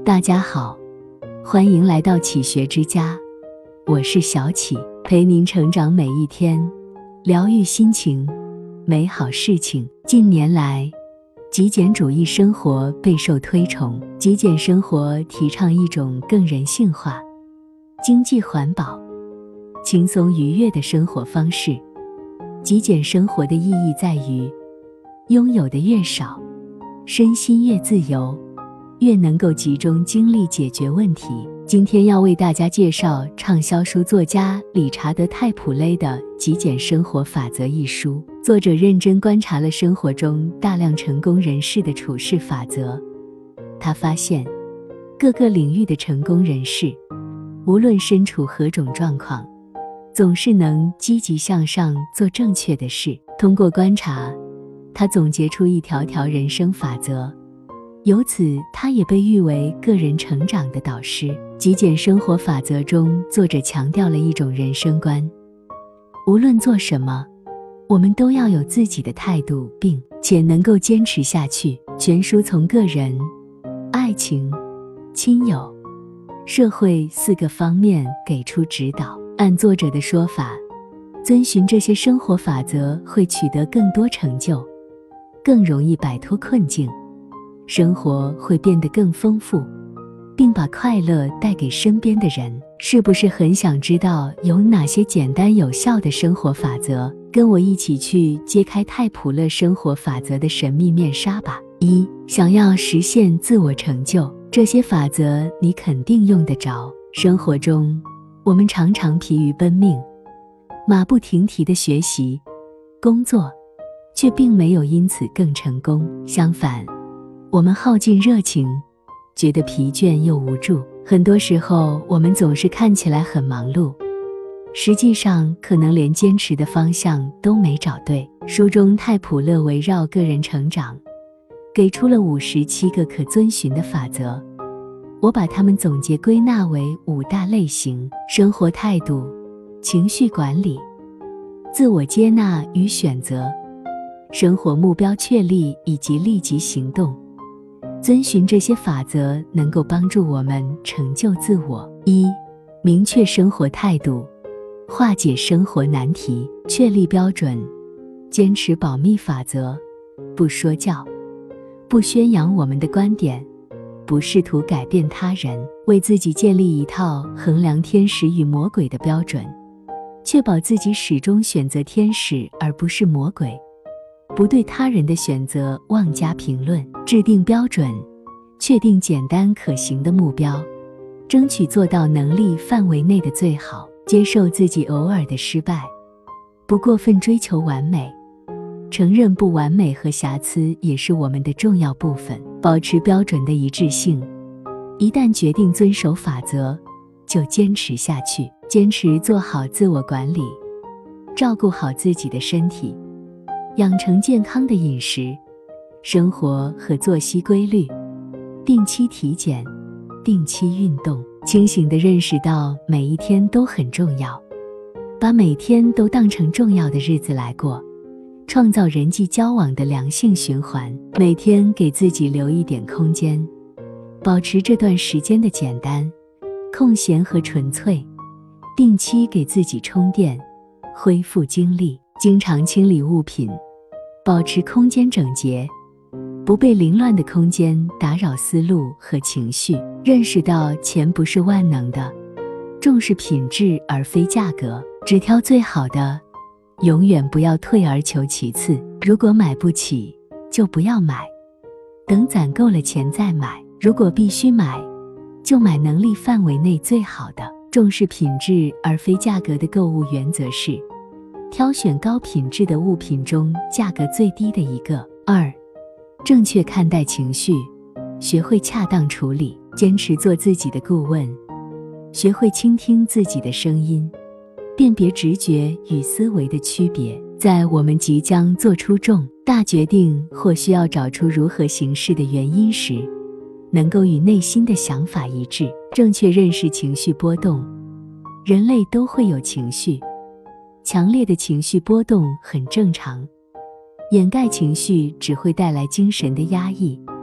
大家好，欢迎来到启学之家，我是小启，陪您成长每一天，疗愈心情，美好事情。近年来，极简主义生活备受推崇，极简生活提倡一种更人性化、经济环保、轻松愉悦的生活方式。极简生活的意义在于，拥有的越少，身心越自由，越能够集中精力解决问题。今天要为大家介绍畅销书作家理查德·泰普雷的《极简生活法则》一书。作者认真观察了生活中大量成功人士的处事法则，他发现各个领域的成功人士，无论身处何种状况，总是能积极向上，做正确的事。通过观察，他总结出一条条人生法则，由此他也被誉为个人成长的导师。极简生活法则中，作者强调了一种人生观：无论做什么，我们都要有自己的态度，并且能够坚持下去。全书从个人、爱情、亲友、社会4个方面给出指导。按作者的说法，遵循这些生活法则会取得更多成就，更容易摆脱困境，生活会变得更丰富，并把快乐带给身边的人。是不是很想知道有哪些简单有效的生活法则？跟我一起去揭开泰普勒生活法则的神秘面纱吧。想要实现自我成就，这些法则你肯定用得着。生活中，我们常常疲于奔命，马不停蹄地学习、工作，却并没有因此更成功。相反，我们耗尽热情，觉得疲倦又无助。很多时候，我们总是看起来很忙碌，实际上可能连坚持的方向都没找对。书中泰普勒围绕个人成长，给出了57个可遵循的法则，我把它们总结归纳为5大类型：生活态度、情绪管理、自我接纳与选择、生活目标确立以及立即行动。遵循这些法则能够帮助我们成就自我。明确生活态度，化解生活难题，确立标准，坚持保密法则，不说教，不宣扬我们的观点，不试图改变他人，为自己建立一套衡量天使与魔鬼的标准，确保自己始终选择天使而不是魔鬼，不对他人的选择妄加评论。制定标准，确定简单可行的目标，争取做到能力范围内的最好，接受自己偶尔的失败，不过分追求完美，承认不完美和瑕疵也是我们的重要部分，保持标准的一致性。一旦决定遵守法则，就坚持下去，坚持做好自我管理，照顾好自己的身体，养成健康的饮食、生活和作息规律，定期体检，定期运动，清醒地认识到每一天都很重要，把每天都当成重要的日子来过，创造人际交往的良性循环。每天给自己留一点空间，保持这段时间的简单、空闲和纯粹，定期给自己充电，恢复精力。经常清理物品，保持空间整洁，不被凌乱的空间打扰思路和情绪。认识到钱不是万能的，重视品质而非价格，只挑最好的，永远不要退而求其次。如果买不起，就不要买，等攒够了钱再买。如果必须买，就买能力范围内最好的。重视品质而非价格的购物原则是，挑选高品质的物品中价格最低的一个。正确看待情绪，学会恰当处理，坚持做自己的顾问，学会倾听自己的声音，辨别直觉与思维的区别。在我们即将做出重大决定或需要找出如何行事的原因时，能够与内心的想法一致。正确认识情绪波动，人类都会有情绪，强烈的情绪波动很正常，掩盖情绪只会带来精神的压抑，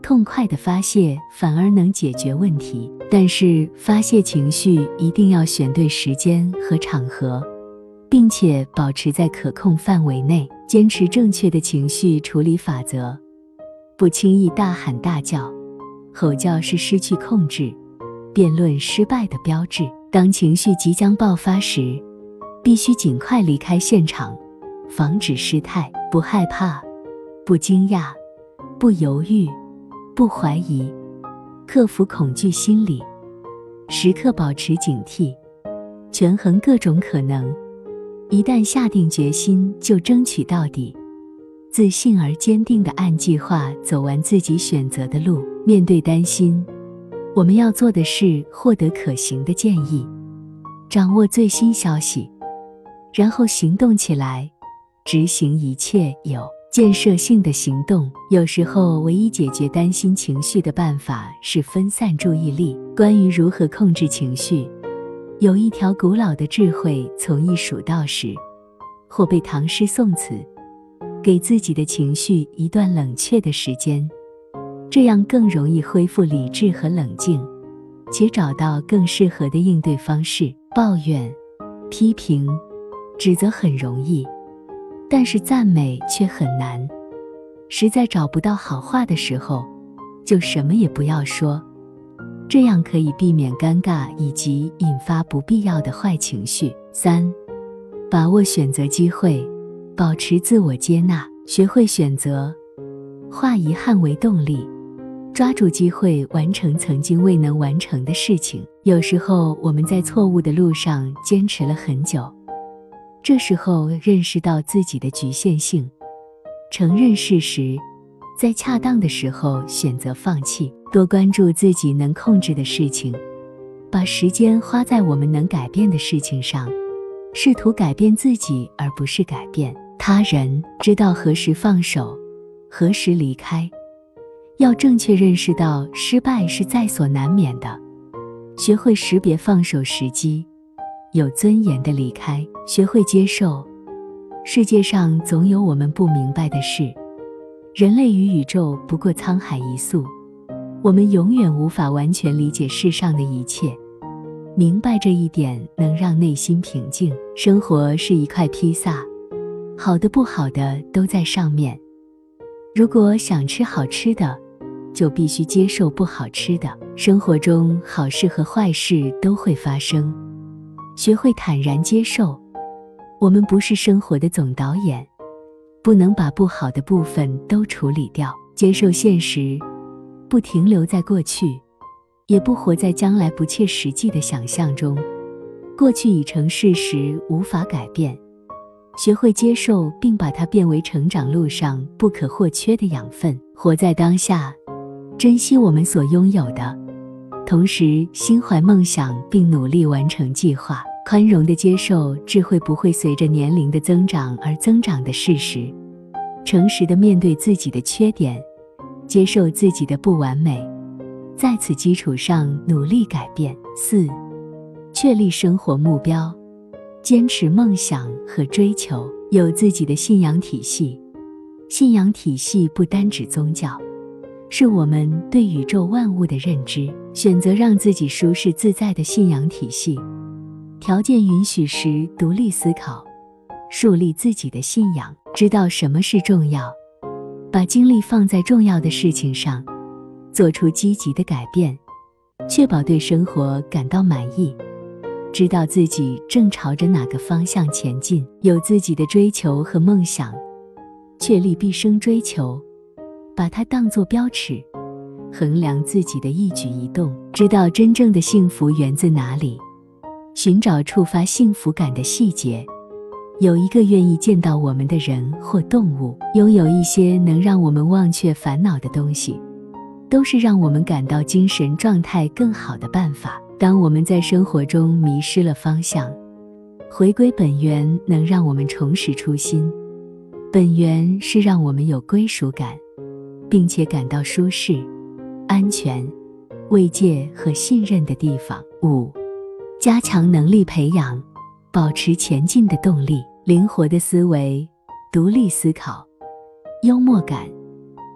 痛快的发泄反而能解决问题，但是发泄情绪一定要选对时间和场合，并且保持在可控范围内，坚持正确的情绪处理法则，不轻易大喊大叫。吼叫是失去控制、辩论失败的标志。当情绪即将爆发时，必须尽快离开现场，防止失态。不害怕，不惊讶，不犹豫，不怀疑，克服恐惧心理，时刻保持警惕，权衡各种可能。一旦下定决心，就争取到底，自信而坚定地按计划走完自己选择的路。面对担心，我们要做的是获得可行的建议，掌握最新消息，然后行动起来，执行一切有建设性的行动。有时候唯一解决担心情绪的办法是分散注意力。关于如何控制情绪，有一条古老的智慧，从1数到10，或背唐诗宋词，给自己的情绪一段冷却的时间，这样更容易恢复理智和冷静，且找到更适合的应对方式。抱怨、批评、指责很容易，但是赞美却很难。实在找不到好话的时候，就什么也不要说，这样可以避免尴尬以及引发不必要的坏情绪。3. 把握选择机会，保持自我接纳，学会选择，化遗憾为动力，抓住机会完成曾经未能完成的事情。有时候我们在错误的路上坚持了很久，这时候认识到自己的局限性，承认事实，在恰当的时候选择放弃。多关注自己能控制的事情，把时间花在我们能改变的事情上，试图改变自己而不是改变他人。知道何时放手，何时离开，要正确认识到失败是在所难免的，学会识别放手时机，有尊严地离开，学会接受世界上总有我们不明白的事，人类与宇宙不过沧海一粟，我们永远无法完全理解世上的一切，明白这一点能让内心平静。生活是一块披萨，好的不好的都在上面，如果想吃好吃的，就必须接受不好吃的。生活中好事和坏事都会发生，学会坦然接受，我们不是生活的总导演，不能把不好的部分都处理掉。接受现实，不停留在过去，也不活在将来不切实际的想象中。过去已成事实，无法改变，学会接受并把它变为成长路上不可或缺的养分。活在当下，珍惜我们所拥有的，同时心怀梦想并努力完成计划。宽容地接受智慧不会随着年龄的增长而增长的事实，诚实地面对自己的缺点，接受自己的不完美，在此基础上努力改变。4. 确立生活目标，坚持梦想和追求，有自己的信仰体系。信仰体系不单指宗教，是我们对宇宙万物的认知。选择让自己舒适自在的信仰体系，条件允许时独立思考，树立自己的信仰，知道什么是重要，把精力放在重要的事情上，做出积极的改变，确保对生活感到满意，知道自己正朝着哪个方向前进，有自己的追求和梦想，确立毕生追求，把它当作标尺，衡量自己的一举一动，知道真正的幸福源自哪里，寻找触发幸福感的细节，有一个愿意见到我们的人或动物，拥有一些能让我们忘却烦恼的东西，都是让我们感到精神状态更好的办法。当我们在生活中迷失了方向，回归本源能让我们重拾初心。本源是让我们有归属感，并且感到舒适、安全、慰藉和信任的地方。5. 加强能力培养，保持前进的动力。灵活的思维、独立思考、幽默感、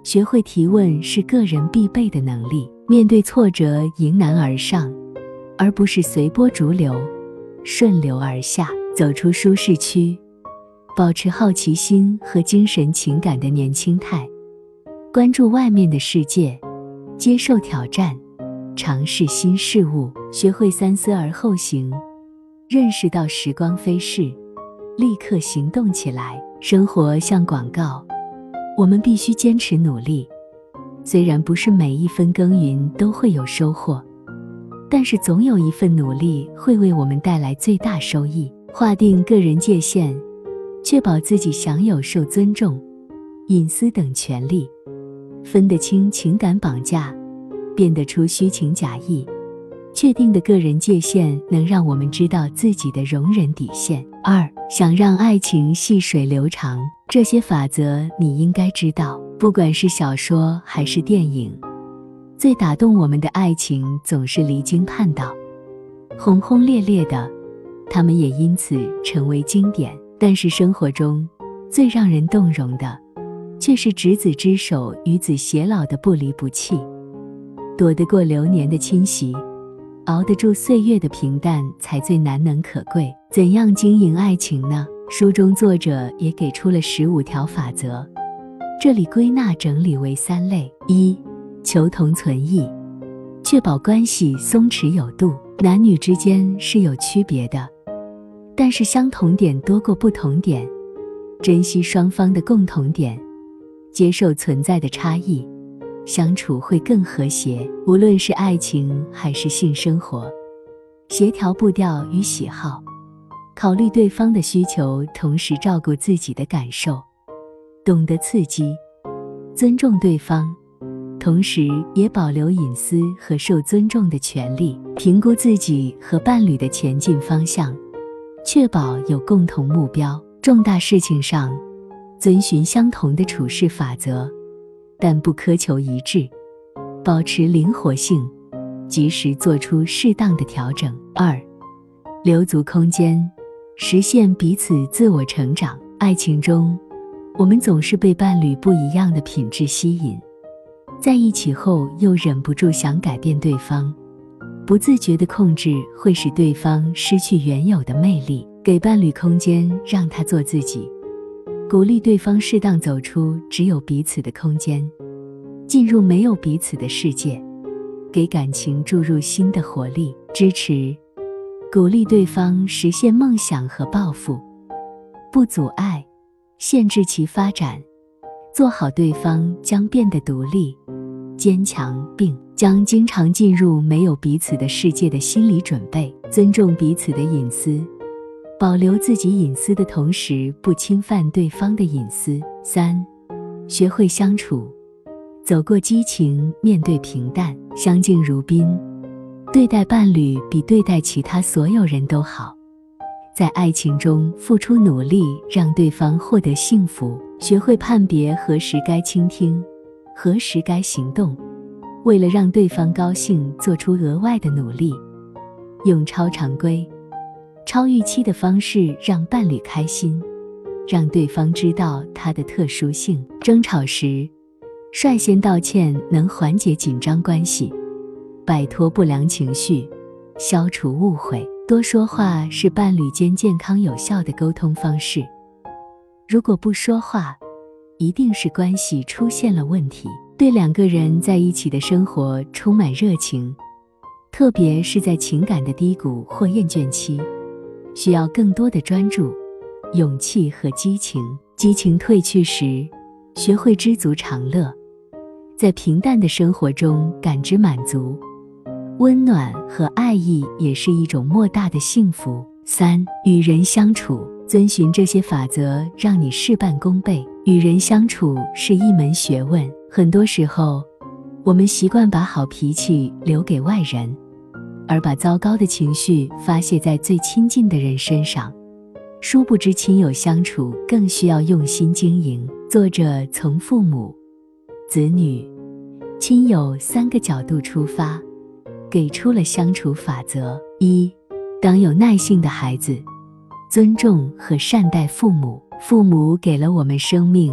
学会提问是个人必备的能力，面对挫折迎难而上，而不是随波逐流，顺流而下。走出舒适区，保持好奇心和精神情感的年轻态，关注外面的世界，接受挑战，尝试新事物，学会三思而后行，认识到时光飞逝，立刻行动起来。生活像广告，我们必须坚持努力，虽然不是每一分耕耘都会有收获，但是总有一份努力会为我们带来最大收益。划定个人界限，确保自己享有受尊重、隐私等权利，分得清情感绑架，辨得出虚情假意。确定的个人界限能让我们知道自己的容忍底线。2. 想让爱情细水流长，这些法则你应该知道。不管是小说还是电影，最打动我们的爱情总是离经叛道，轰轰烈烈的，他们也因此成为经典。但是生活中最让人动容的，却是执子之手与子偕老的不离不弃。躲得过流年的侵袭，熬得住岁月的平淡，才最难能可贵。怎样经营爱情呢？书中作者也给出了15条法则，这里归纳整理为3类。1. 求同存异，确保关系松弛有度。男女之间是有区别的，但是相同点多过不同点，珍惜双方的共同点，接受存在的差异，相处会更和谐。无论是爱情还是性生活，协调步调与喜好，考虑对方的需求，同时照顾自己的感受，懂得刺激，尊重对方，同时也保留隐私和受尊重的权利。评估自己和伴侣的前进方向，确保有共同目标。重大事情上，遵循相同的处事法则，但不苛求一致，保持灵活性，及时做出适当的调整。2. 留足空间，实现彼此自我成长。爱情中，我们总是被伴侣不一样的品质吸引，在一起后又忍不住想改变对方，不自觉的控制会使对方失去原有的魅力。给伴侣空间，让他做自己，鼓励对方适当走出只有彼此的空间，进入没有彼此的世界，给感情注入新的活力。支持，鼓励对方实现梦想和抱负，不阻碍，限制其发展，做好对方将变得独立、坚强，并将经常进入没有彼此的世界的心理准备。尊重彼此的隐私，保留自己隐私的同时不侵犯对方的隐私。3. 学会相处，走过激情，面对平淡，相敬如宾，对待伴侣比对待其他所有人都好。在爱情中付出努力，让对方获得幸福。学会判别何时该倾听，何时该行动，为了让对方高兴做出额外的努力。用超常规、超预期的方式让伴侣开心，让对方知道他的特殊性。争吵时，率先道歉能缓解紧张关系，摆脱不良情绪，消除误会。多说话是伴侣间健康有效的沟通方式。如果不说话，一定是关系出现了问题。对2个人在一起的生活充满热情，特别是在情感的低谷或厌倦期，需要更多的专注、勇气和激情。激情褪去时，学会知足常乐，在平淡的生活中感知满足、温暖和爱意，也是一种莫大的幸福。3. 与人相处，遵循这些法则，让你事半功倍。与人相处是一门学问，很多时候，我们习惯把好脾气留给外人，而把糟糕的情绪发泄在最亲近的人身上。殊不知，亲友相处更需要用心经营。作者从父母、子女、亲友3个角度出发，给出了相处法则。1. 当有耐性的孩子，尊重和善待父母。父母给了我们生命、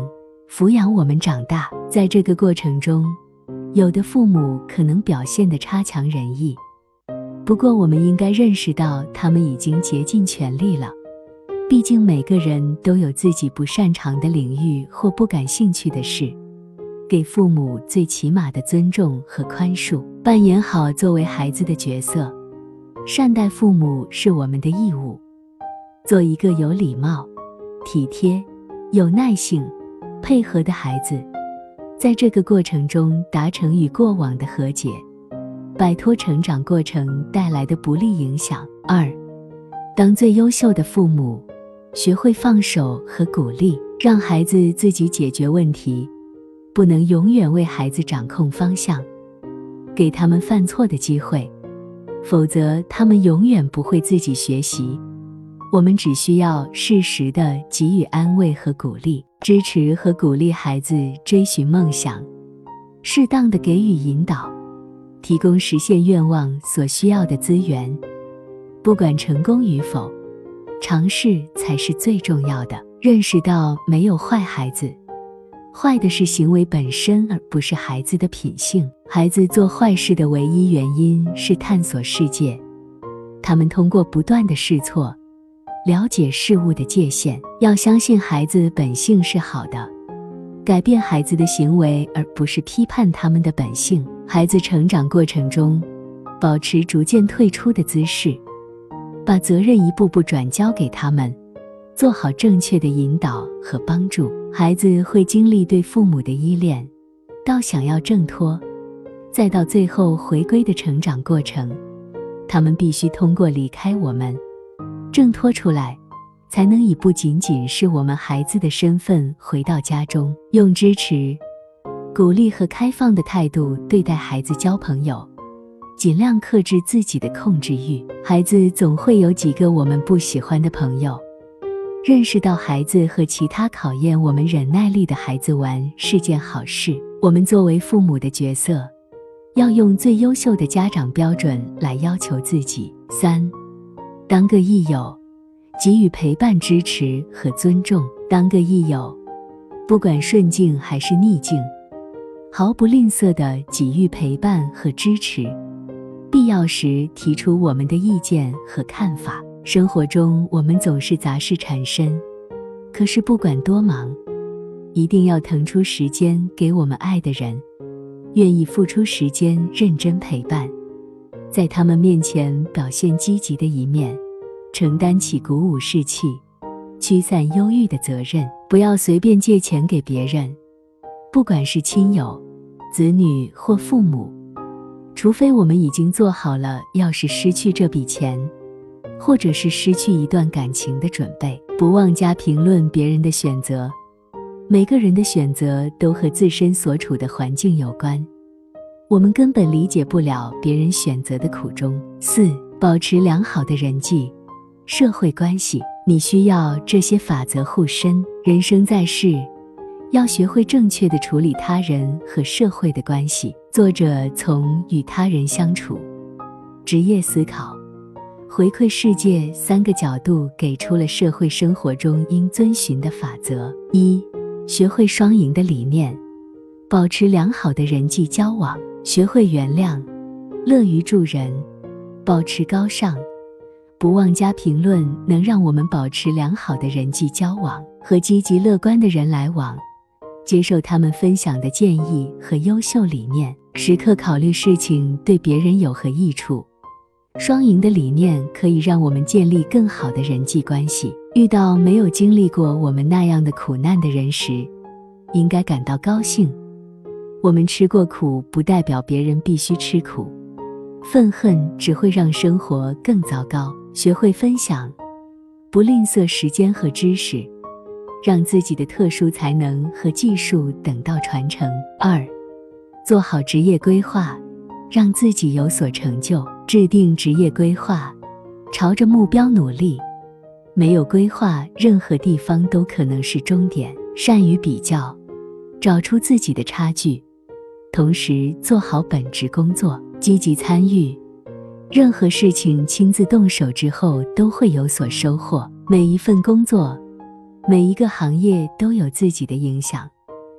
抚养我们长大。在这个过程中，有的父母可能表现得差强人意，不过我们应该认识到他们已经竭尽全力了。毕竟每个人都有自己不擅长的领域或不感兴趣的事，给父母最起码的尊重和宽恕，扮演好作为孩子的角色。善待父母是我们的义务，做一个有礼貌、体贴、有耐性、配合的孩子，在这个过程中达成与过往的和解，摆脱成长过程带来的不利影响。2. 当最优秀的父母，学会放手和鼓励，让孩子自己解决问题，不能永远为孩子掌控方向，给他们犯错的机会，否则他们永远不会自己学习。我们只需要适时地给予安慰和鼓励，支持和鼓励孩子追寻梦想，适当地给予引导，提供实现愿望所需要的资源。不管成功与否，尝试才是最重要的。认识到没有坏孩子，坏的是行为本身，而不是孩子的品性。孩子做坏事的唯一原因是探索世界，他们通过不断的试错，了解事物的界限。要相信孩子本性是好的，改变孩子的行为，而不是批判他们的本性。孩子成长过程中，保持逐渐退出的姿势，把责任一步步转交给他们，做好正确的引导和帮助。孩子会经历对父母的依恋，到想要挣脱，再到最后回归的成长过程。他们必须通过离开我们，挣脱出来，才能以不仅仅是我们孩子的身份回到家中。用支持、鼓励和开放的态度对待孩子交朋友，尽量克制自己的控制欲。孩子总会有几个我们不喜欢的朋友，认识到孩子和其他考验我们忍耐力的孩子玩是件好事。我们作为父母的角色，要用最优秀的家长标准来要求自己。3. 当个益友，给予陪伴、支持和尊重。当个益友，不管顺境还是逆境，毫不吝啬地给予陪伴和支持，必要时提出我们的意见和看法。生活中我们总是杂事缠身，可是不管多忙，一定要腾出时间给我们爱的人，愿意付出时间认真陪伴，在他们面前表现积极的一面，承担起鼓舞士气、驱散忧郁的责任。不要随便借钱给别人，不管是亲友、子女或父母，除非我们已经做好了要是失去这笔钱，或者是失去一段感情的准备。不妄加评论别人的选择，每个人的选择都和自身所处的环境有关，我们根本理解不了别人选择的苦衷。4. 保持良好的人际、社会关系。你需要这些法则护身。人生在世，要学会正确地处理他人和社会的关系。作者从与他人相处、职业思考、回馈世界3个角度给出了社会生活中应遵循的法则。1. 学会双赢的理念，保持良好的人际交往。学会原谅，乐于助人，保持高尚，不妄加评论，能让我们保持良好的人际交往，和积极乐观的人来往，接受他们分享的建议和优秀理念，时刻考虑事情对别人有何益处。双赢的理念可以让我们建立更好的人际关系。遇到没有经历过我们那样的苦难的人时，应该感到高兴。我们吃过苦，不代表别人必须吃苦。愤恨只会让生活更糟糕。学会分享，不吝啬时间和知识，让自己的特殊才能和技术等到传承。2. 做好职业规划，让自己有所成就。制定职业规划，朝着目标努力。没有规划，任何地方都可能是终点。善于比较，找出自己的差距，同时做好本职工作。积极参与，任何事情亲自动手之后都会有所收获。每一份工作，每一个行业都有自己的影响，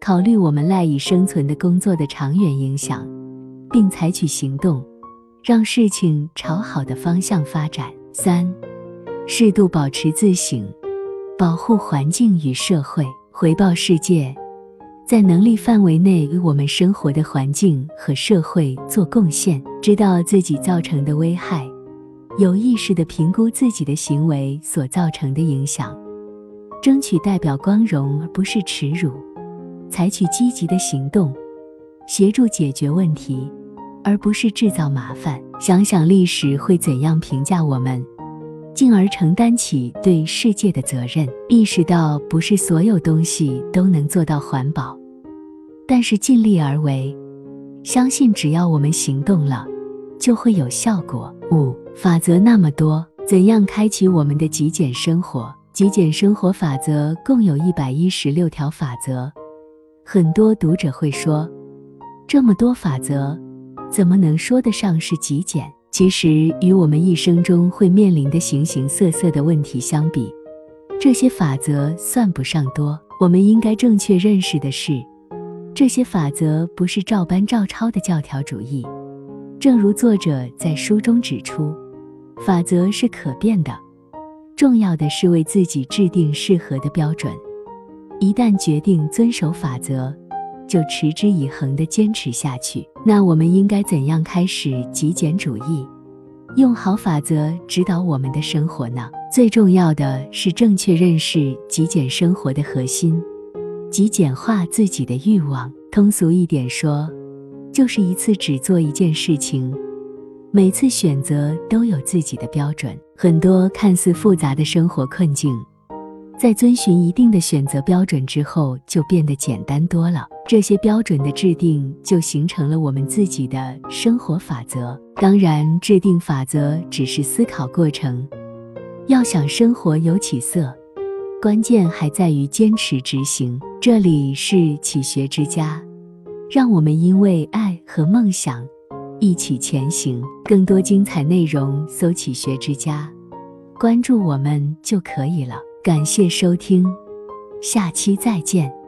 考虑我们赖以生存的工作的长远影响，并采取行动，让事情朝好的方向发展。3、适度保持自省，保护环境与社会，回报世界，在能力范围内为我们生活的环境和社会做贡献，知道自己造成的危害，有意识地评估自己的行为所造成的影响，争取代表光荣而不是耻辱，采取积极的行动，协助解决问题，而不是制造麻烦。想想历史会怎样评价我们，进而承担起对世界的责任。意识到不是所有东西都能做到环保，但是尽力而为，相信只要我们行动了，就会有效果。5、法则那么多，怎样开启我们的极简生活？极简生活法则共有116条法则。很多读者会说，这么多法则，怎么能说得上是极简？其实与我们一生中会面临的形形色色的问题相比，这些法则算不上多。我们应该正确认识的是，这些法则不是照搬照抄的教条主义。正如作者在书中指出，法则是可变的，重要的是为自己制定适合的标准。一旦决定遵守法则，就持之以恒地坚持下去。那我们应该怎样开始极简主义，用好法则指导我们的生活呢？最重要的是正确认识极简生活的核心，即简化自己的欲望。通俗一点说，就是一次只做一件事情，每次选择都有自己的标准。很多看似复杂的生活困境，在遵循一定的选择标准之后，就变得简单多了。这些标准的制定就形成了我们自己的生活法则。当然，制定法则只是思考过程，要想生活有起色，关键还在于坚持执行。这里是启学之家，让我们因为爱和梦想一起前行。更多精彩内容搜启学之家，关注我们就可以了。感谢收听，下期再见。